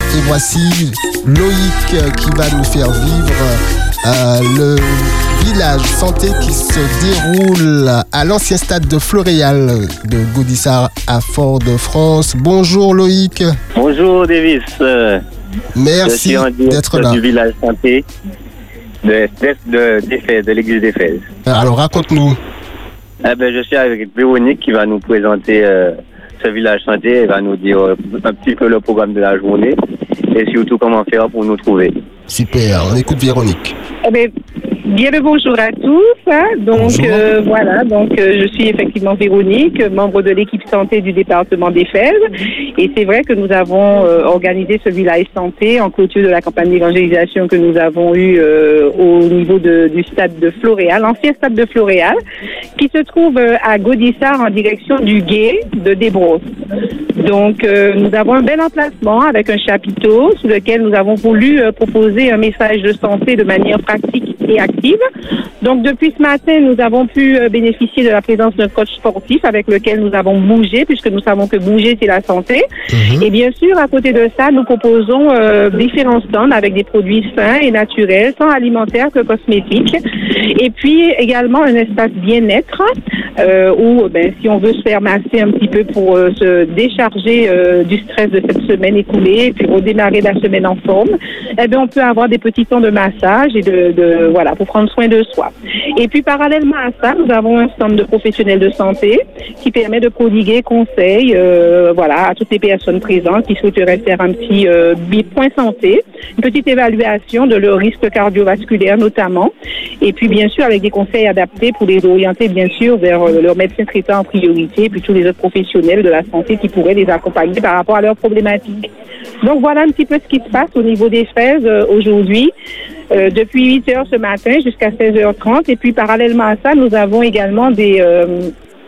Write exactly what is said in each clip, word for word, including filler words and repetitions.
Et voici Loïc euh, qui va nous faire vivre euh, le village santé qui se déroule à l'ancien stade de Floréal de Gaudissart à Fort-de-France. Bonjour Loïc. Bonjour Davis. Euh, Merci d'être là. Du village santé de, de, de, de, de l'église d'Éphèse. Alors raconte-nous. Eh ben, je suis avec Véronique qui va nous présenter euh, ce village santé. Elle va nous dire euh, un petit peu le programme de la journée et surtout comment faire pour nous trouver. Super, on écoute Véronique. Eh bien, bien le bonjour à tous. Hein. Donc euh, voilà, donc euh, je suis effectivement Véronique, membre de l'équipe santé du département d'Éphèse. Et c'est vrai que nous avons euh, organisé ce village santé en clôture de la campagne d'évangélisation que nous avons eue euh, au niveau de, du stade de Floréal, l'ancien stade de Floréal, qui se trouve euh, à Gaudissart en direction du gué de Desbrosses. Donc euh, nous avons un bel emplacement avec un chapiteau sous lequel nous avons voulu euh, proposer un message de santé de manière pratique et active. Donc depuis ce matin, nous avons pu euh, bénéficier de la présence d'un coach sportif avec lequel nous avons bougé, puisque nous savons que bouger c'est la santé. Mmh. Et bien sûr, à côté de ça, nous proposons euh, différents stands avec des produits sains et naturels, tant alimentaires que cosmétiques. Et puis également un espace bien-être euh, où, ben, si on veut se faire masser un petit peu pour euh, se décharger euh, du stress de cette semaine écoulée et puis redémarrer la semaine en forme, eh bien, on peut avoir des petits temps de massage et de, de voilà pour prendre soin de soi. Et puis parallèlement à ça, nous avons un stand de professionnels de santé qui permet de prodiguer conseils euh, voilà à toutes les personnes présentes qui souhaiteraient faire un petit euh, point santé, une petite évaluation de leur risque cardiovasculaire notamment, et puis bien sûr avec des conseils adaptés pour les orienter bien sûr vers euh, leur médecin traitant en priorité, et puis tous les autres professionnels de la santé qui pourraient les accompagner par rapport à leurs problématiques. Donc voilà un petit peu ce qui se passe au niveau des fraises euh, aujourd'hui, euh, depuis huit heures ce matin jusqu'à seize heures trente, et puis parallèlement à ça, nous avons également des... Euh,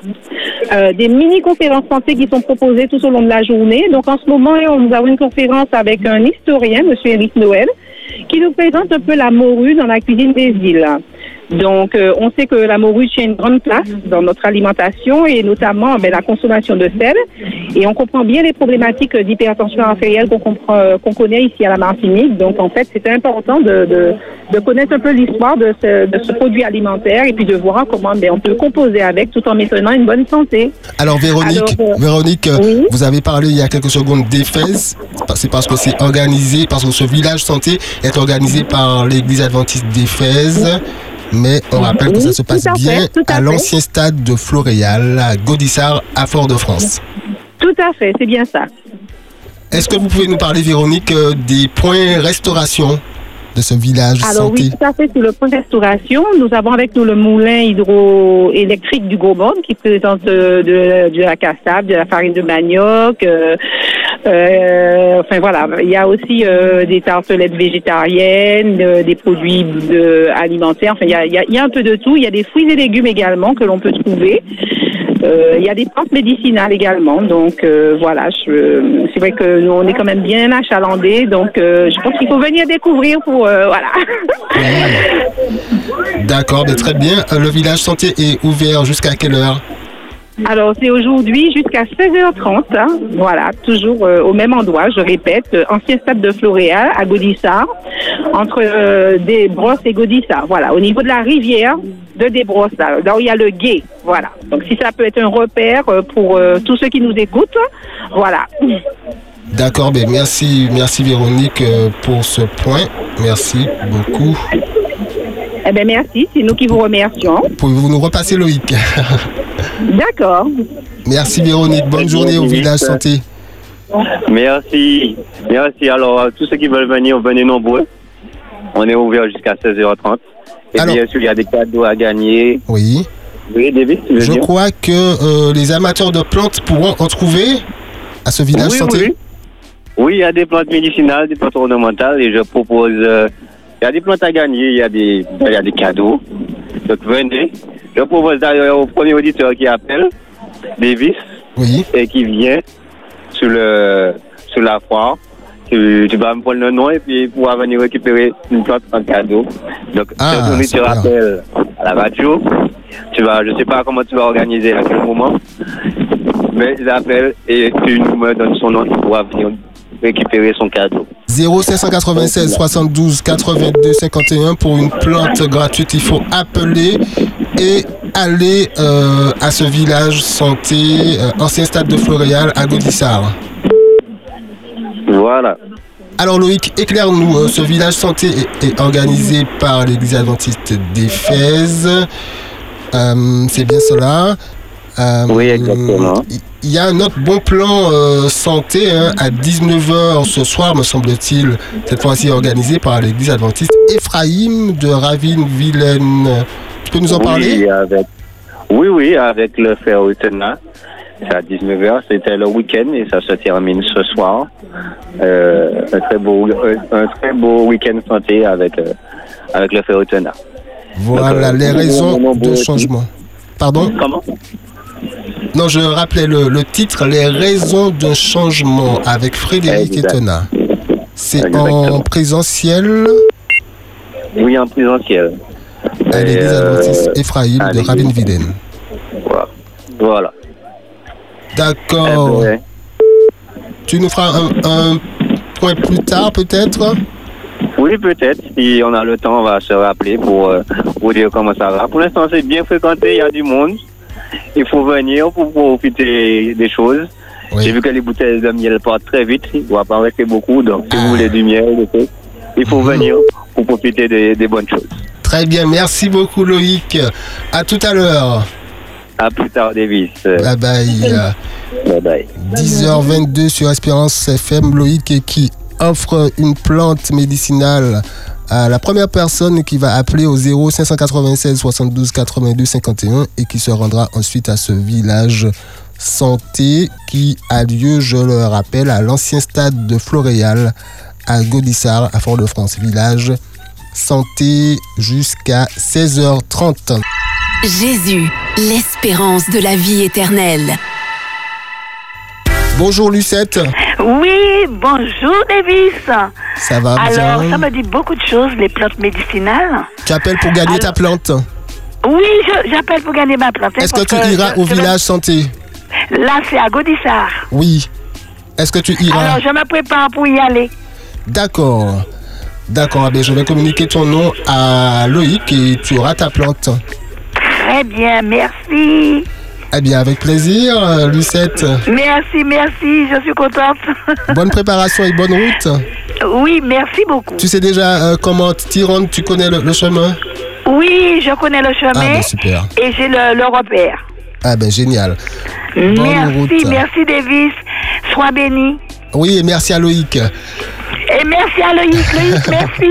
Euh, des mini-conférences santé qui sont proposées tout au long de la journée. Donc en ce moment, nous avons une conférence avec un historien, M. Éric Noël, qui nous présente un peu la morue dans la cuisine des îles. Donc, euh, on sait que la morue tient une grande place dans notre alimentation et notamment ben, la consommation de sel. Et on comprend bien les problématiques d'hypertension artérielle qu'on, comprend, euh, qu'on connaît ici à la Martinique. Donc, en fait, c'est important de, de, de connaître un peu l'histoire de ce, de ce produit alimentaire et puis de voir comment ben, on peut composer avec tout en maintenant une bonne santé. Alors, Véronique, Alors, euh, Véronique oui? vous avez parlé il y a quelques secondes d'Éphèse. C'est parce que c'est organisé, parce que ce village santé est organisé par l'Église adventiste d'Éphèse. Mais on rappelle oui, que ça se passe bien fait, à, à l'ancien stade de Floréal, à Gaudissart, à Fort-de-France. Tout à fait, c'est bien ça. Est-ce que vous pouvez nous parler, Véronique, des points restauration de ce village Alors santé? Oui, tout à fait, sur le point restauration, nous avons avec nous le moulin hydroélectrique du Gros-Monde qui présente de, de, de la cassave, de la farine de manioc, euh, Euh, enfin voilà, il y a aussi euh, des tartelettes végétariennes, euh, des produits de, alimentaires. Enfin, il y a, il y, a, il y a un peu de tout. Il y a des fruits et légumes également que l'on peut trouver. Euh, il y a des plantes médicinales également. Donc euh, voilà, je, c'est vrai que nous on est quand même bien achalandés. Donc euh, je pense qu'il faut venir découvrir pour euh, voilà. D'accord, mais très bien. Le village santé est ouvert jusqu'à quelle heure? Alors, c'est aujourd'hui jusqu'à seize heures trente, hein, voilà, toujours euh, au même endroit, je répète, euh, ancien stade de Floréal, à Gaudissart, entre euh, Desbrosses et Gaudissart, voilà, au niveau de la rivière de Desbrosses, là, là où il y a le gué, voilà. Donc, si ça peut être un repère euh, pour euh, tous ceux qui nous écoutent, voilà. D'accord, ben merci, merci Véronique euh, pour ce point, merci beaucoup. Eh bien, merci, c'est nous qui vous remercions. Pouvez-vous nous repasser Loïc? D'accord. Merci Véronique, bonne journée au village santé. Merci, merci. Alors, tous ceux qui veulent venir, venez nombreux. On est ouvert jusqu'à seize heures trente. Et Alors, bien sûr, il y a des cadeaux à gagner. Oui. Oui, David, tu veux Je dire? crois que euh, les amateurs de plantes pourront en trouver à ce village oui, santé. Oui. oui, il y a des plantes médicinales, des plantes ornementales et je propose... Euh, il y a des plantes à gagner, il y a des, il y a des cadeaux. Donc venez. Je propose d'ailleurs au premier auditeur qui appelle, Davis, oui. et qui vient sur, le, sur la foire. Tu, tu vas me prendre le nom et puis il pourra venir récupérer une plante en cadeau. Donc, ah, si tu rappelles à la radio, tu vas, je ne sais pas comment tu vas organiser à quel moment, mais il appelle et tu me donnes son nom, il pourra venir récupérer son cadeau. zéro cinq cent quatre-vingt-seize soixante-douze quatre-vingt-deux cinquante et un pour une plante gratuite. Il faut appeler et aller euh, à ce village santé, euh, ancien stade de Floréal à Gaudissart. Voilà. Alors Loïc, éclaire-nous, euh, ce village santé est, est organisé par l'église adventiste d'Éphèse. Euh, c'est bien cela. Euh, oui, exactement. Il y a un autre bon plan euh, santé hein, à dix-neuf heures ce soir, me semble-t-il, cette fois-ci organisé par l'église adventiste Ephraim de Ravine-Vilaine. Tu peux nous en oui, parler? avec... Oui, oui, avec le frère Utena. C'est à dix-neuf heures, c'était le week-end et ça se termine ce soir. Euh, un très beau, un, un très beau week-end santé avec, euh, avec le frère Utena. Voilà. Donc, euh, les raisons de changement. Pardon? Comment? Non, je rappelais le, le titre, les raisons d'un changement avec Frédéric Etena. C'est en présentiel? Oui, en présentiel. À l'église adventiste euh, Ephraim de Ravine-Vilaine. Voilà. Voilà. D'accord. Eh ben, tu nous feras un, un point plus tard, peut-être? Oui, peut-être. Si on a le temps, on va se rappeler pour euh, vous dire comment ça va. Pour l'instant, c'est bien fréquenté, il y a du monde. Il faut venir pour profiter des choses. Oui. J'ai vu que les bouteilles de miel partent très vite. Il ne va pas rester beaucoup. Donc, si ah. vous voulez du miel, il faut mmh. venir pour profiter des, des bonnes choses. Très bien. Merci beaucoup, Loïc. À tout à l'heure. À plus tard, Davis. Bye bye. Bye bye. dix heures vingt-deux sur Espérance F M. Loïc qui offre une plante médicinale à la première personne qui va appeler au zéro cinq cent quatre-vingt-seize soixante-douze quatre-vingt-deux cinquante et un et qui se rendra ensuite à ce village santé qui a lieu, je le rappelle, à l'ancien stade de Floréal à Gaudissart, à Fort-de-France. Village santé jusqu'à seize heures trente. Jésus, l'espérance de la vie éternelle. Bonjour Lucette. Oui, bonjour Davis. Ça va bien? Alors, ça me dit beaucoup de choses, les plantes médicinales. Tu appelles pour gagner Alors, ta plante? Oui, je, j'appelle pour gagner ma plante. Est-ce que tu iras je, au je village me... santé? Là, c'est à Gaudissart. Oui. Est-ce que tu iras? Alors, je me prépare pour y aller. D'accord. D'accord, eh bien, je vais communiquer ton nom à Loïc et tu auras ta plante. Très bien, merci. Eh bien, avec plaisir, Lucette. Merci, merci, je suis contente. Bonne préparation et bonne route. Oui, merci beaucoup. Tu sais déjà euh, comment t'y rendre, tu connais le, le chemin? Oui, je connais le chemin. Ah ben super. Et j'ai le, le repère. Ah ben génial. Bonne merci, route. Merci Davis. Sois béni. Oui, et merci à Loïc. Et merci à Loïc, Loïc,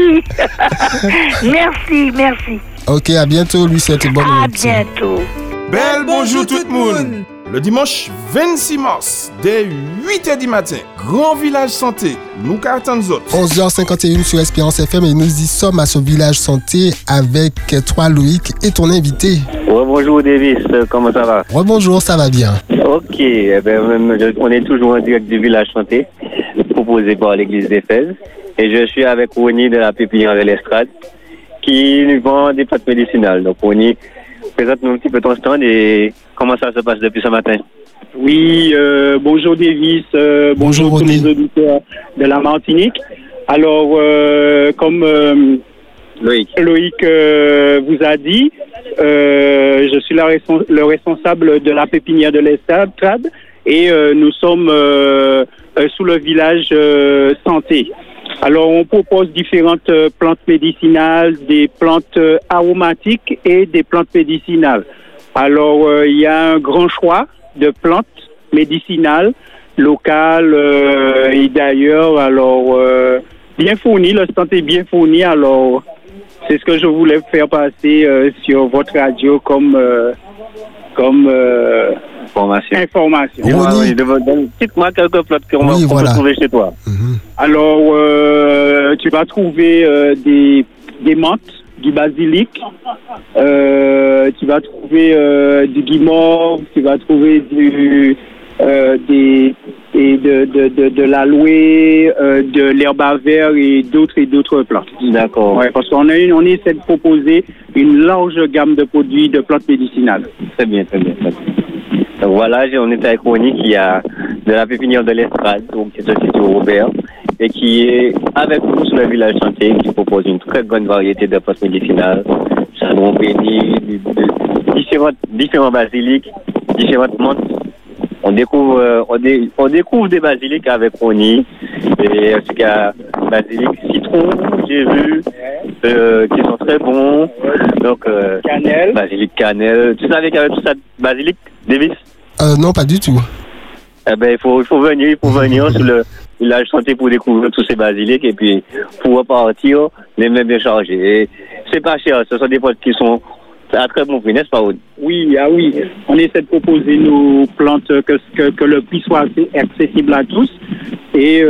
merci. Merci, merci. Ok, à bientôt, Lucette, et bonne à route. À bientôt. Belle bonjour tout le monde. Le dimanche vingt-six mars, dès huit heures du matin, Grand Village Santé, nous cartons autres. onze heures cinquante et un sur Espérance F M et nous y sommes à ce Village Santé avec toi, Loïc, et ton invité. Rebonjour, Davis, comment ça va? Rebonjour, ça va bien. Ok, eh ben, on est toujours en direct du Village Santé, proposé par l'église d'Éphèse, et je suis avec Ronnie de la pépinière de l'Estrade, qui nous vend des plantes médicinales. Donc, Ronnie, présente-nous un petit peu ton stand et comment ça se passe depuis ce matin. Oui, euh, bonjour Davis, euh, bonjour, bonjour tous les auditeurs de la Martinique. Alors, euh, comme euh, Loïc, Loïc euh, vous a dit, euh, je suis la respons- le responsable de la pépinière de l'Estrade et euh, nous sommes euh, euh, sous le village euh, santé. Alors, on propose différentes euh, plantes médicinales, des plantes euh, aromatiques et des plantes médicinales. Alors, euh, il y a un grand choix de plantes médicinales locales euh, et d'ailleurs, alors, euh, bien fournies. Le stand est bien fourni. Alors, c'est ce que je voulais faire passer euh, sur votre radio comme... Euh, comme euh, Information. Information. Oui, cite-moi quelques plantes qu'on oui, va voilà. trouver chez toi. Mm-hmm. Alors, euh, tu vas trouver euh, des, des menthes, du basilic, euh, tu vas trouver euh, du guimauve, tu vas trouver du, euh, des, des, de, de, de, de l'aloe, euh, de l'herbe à verre et d'autres et d'autres plantes. D'accord. Ouais, parce qu'on a une, on essaie de proposer une large gamme de produits de plantes médicinales. Très bien, très bien. Très bien. Donc voilà, on est avec Ronnie qui a de la pépinière de l'Estrade, donc qui est aussi au Robert, et qui est avec nous sur le village santé, qui propose une très bonne variété de plantes médicinales, charbon béni, différentes, différents basiliques, différentes menthes. On découvre, euh, on, dé, on découvre des basiliques avec Ronnie, et ce qu'il y a basilic citron, j'ai vu, euh, qui sont très bons. Donc, euh, Cannelle. Basilic cannelle. Tu savais qu'il y avait tout ça, basilic, Davis? Euh, non, pas du tout. Eh ben, il faut, il faut venir, il faut venir sur le village santé pour découvrir tous ces basiliques et puis pour repartir les mêmes bien chargés. Et c'est pas cher, ce sont des potes qui sont à très bon prix, n'est-ce pas, Aude? Oui, ah oui. On essaie de proposer nos plantes que, que, que le prix soit assez accessible à tous et,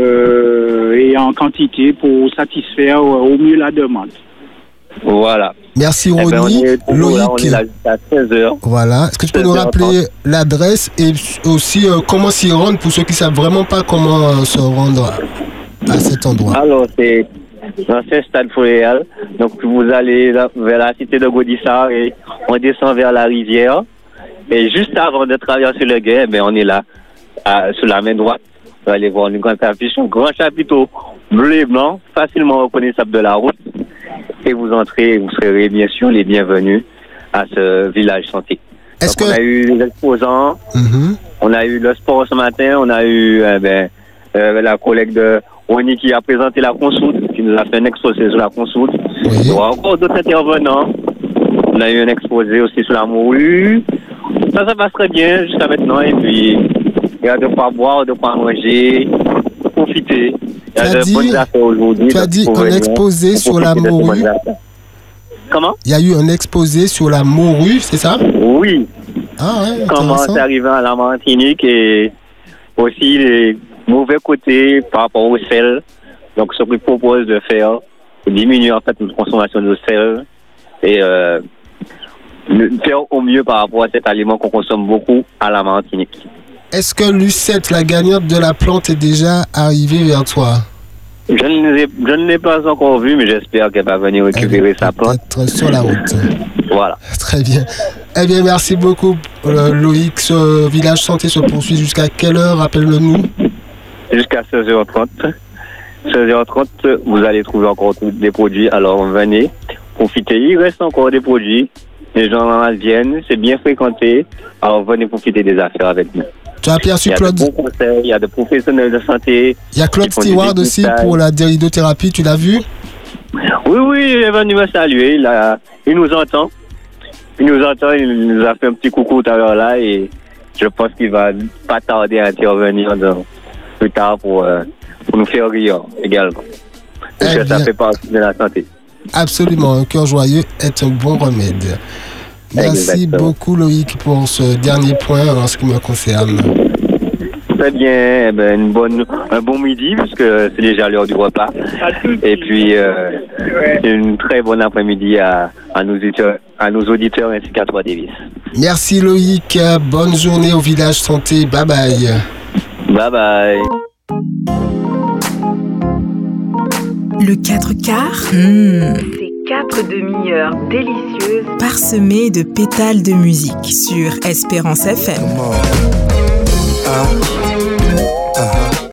euh, et en quantité pour satisfaire au mieux la demande. Voilà. Merci Eh ben, Ronnie. on est, Loïc. là, on est là jusqu'à seize heures. Voilà. Est-ce que tu peux nous rappeler l'adresse et aussi euh, comment s'y rendre pour ceux qui ne savent vraiment pas comment euh, se rendre à, à cet endroit? Alors, c'est l'ancien stade Floréal. Donc, vous allez là, vers la cité de Gaudissart et on descend vers la rivière. Et juste avant de traverser le gué, ben, on est là, à, sur la main droite. Vous allez voir une grande affiche, un grand chapiteau bleu et blanc, facilement reconnaissable de la route. Et vous entrez, vous serez bien sûr les bienvenus à ce village santé. Est-ce Donc, que... on a eu les exposants, mm-hmm. on a eu le sport ce matin, on a eu euh, ben, euh, la collègue de Ronnie qui a présenté la consoute, qui nous a fait un exposé sur la consoute. Oui. Il y aura encore d'autres intervenants. On a eu un exposé aussi sur la morue. Ça, ça passe très bien jusqu'à maintenant. Et puis, il y a de quoi boire, de quoi manger, profiter. Il y a Tu as de dit, bonnes affaires aujourd'hui. tu as dit un exposé sur la morue. Comment? Il y a eu un exposé sur la morue, c'est ça? Oui. Ah ouais, Comment c'est arrivé à la Martinique et aussi les mauvais côtés par rapport au sel. Donc, ce qu'ils proposent de faire pour diminuer en fait notre consommation de sel et euh, faire au mieux par rapport à cet aliment qu'on consomme beaucoup à la Martinique. Est-ce que Lucette, la gagnante de la plante, est déjà arrivée vers toi? Je ne l'ai, je ne l'ai pas encore vue, mais j'espère qu'elle va venir récupérer Elle sa plante. Être sur la route. Voilà. Très bien. Eh bien, merci beaucoup, euh, Loïc. Ce village santé se poursuit jusqu'à quelle heure? Rappelle-le-nous. Jusqu'à seize heures trente. seize heures trente, vous allez trouver encore des produits. Alors, venez, profitez. Il reste encore des produits. Les gens viennent, c'est bien fréquenté. Alors, venez profiter des affaires avec nous. Tu as aperçu Claude? Il y a de bons conseils, il y a des professionnels de santé. Il y a Claude Stewart aussi pour la déridothérapie, tu l'as vu? Oui, oui, il est venu me saluer. Il, a, il nous entend. Il nous entend, il nous a fait un petit coucou tout à l'heure là et je pense qu'il va pas tarder à intervenir dans, plus tard pour, euh, pour nous faire rire également. Parce eh que ça fait partie de la santé. Absolument, un cœur joyeux est un bon remède. Merci Exactement. beaucoup Loïc pour ce dernier point en ce qui me concerne. Très bien, eh ben, une bonne, un bon midi puisque c'est déjà l'heure du repas. Et puis euh, une très bonne après-midi à, à, nos auditeurs, à nos auditeurs ainsi qu'à toi Davis. Merci Loïc, bonne journée au village santé, bye bye. Bye bye. Le quatre quarts, mmh. Quatre demi-heures délicieuses parsemées de pétales de musique sur Espérance F M. Uh, uh-huh.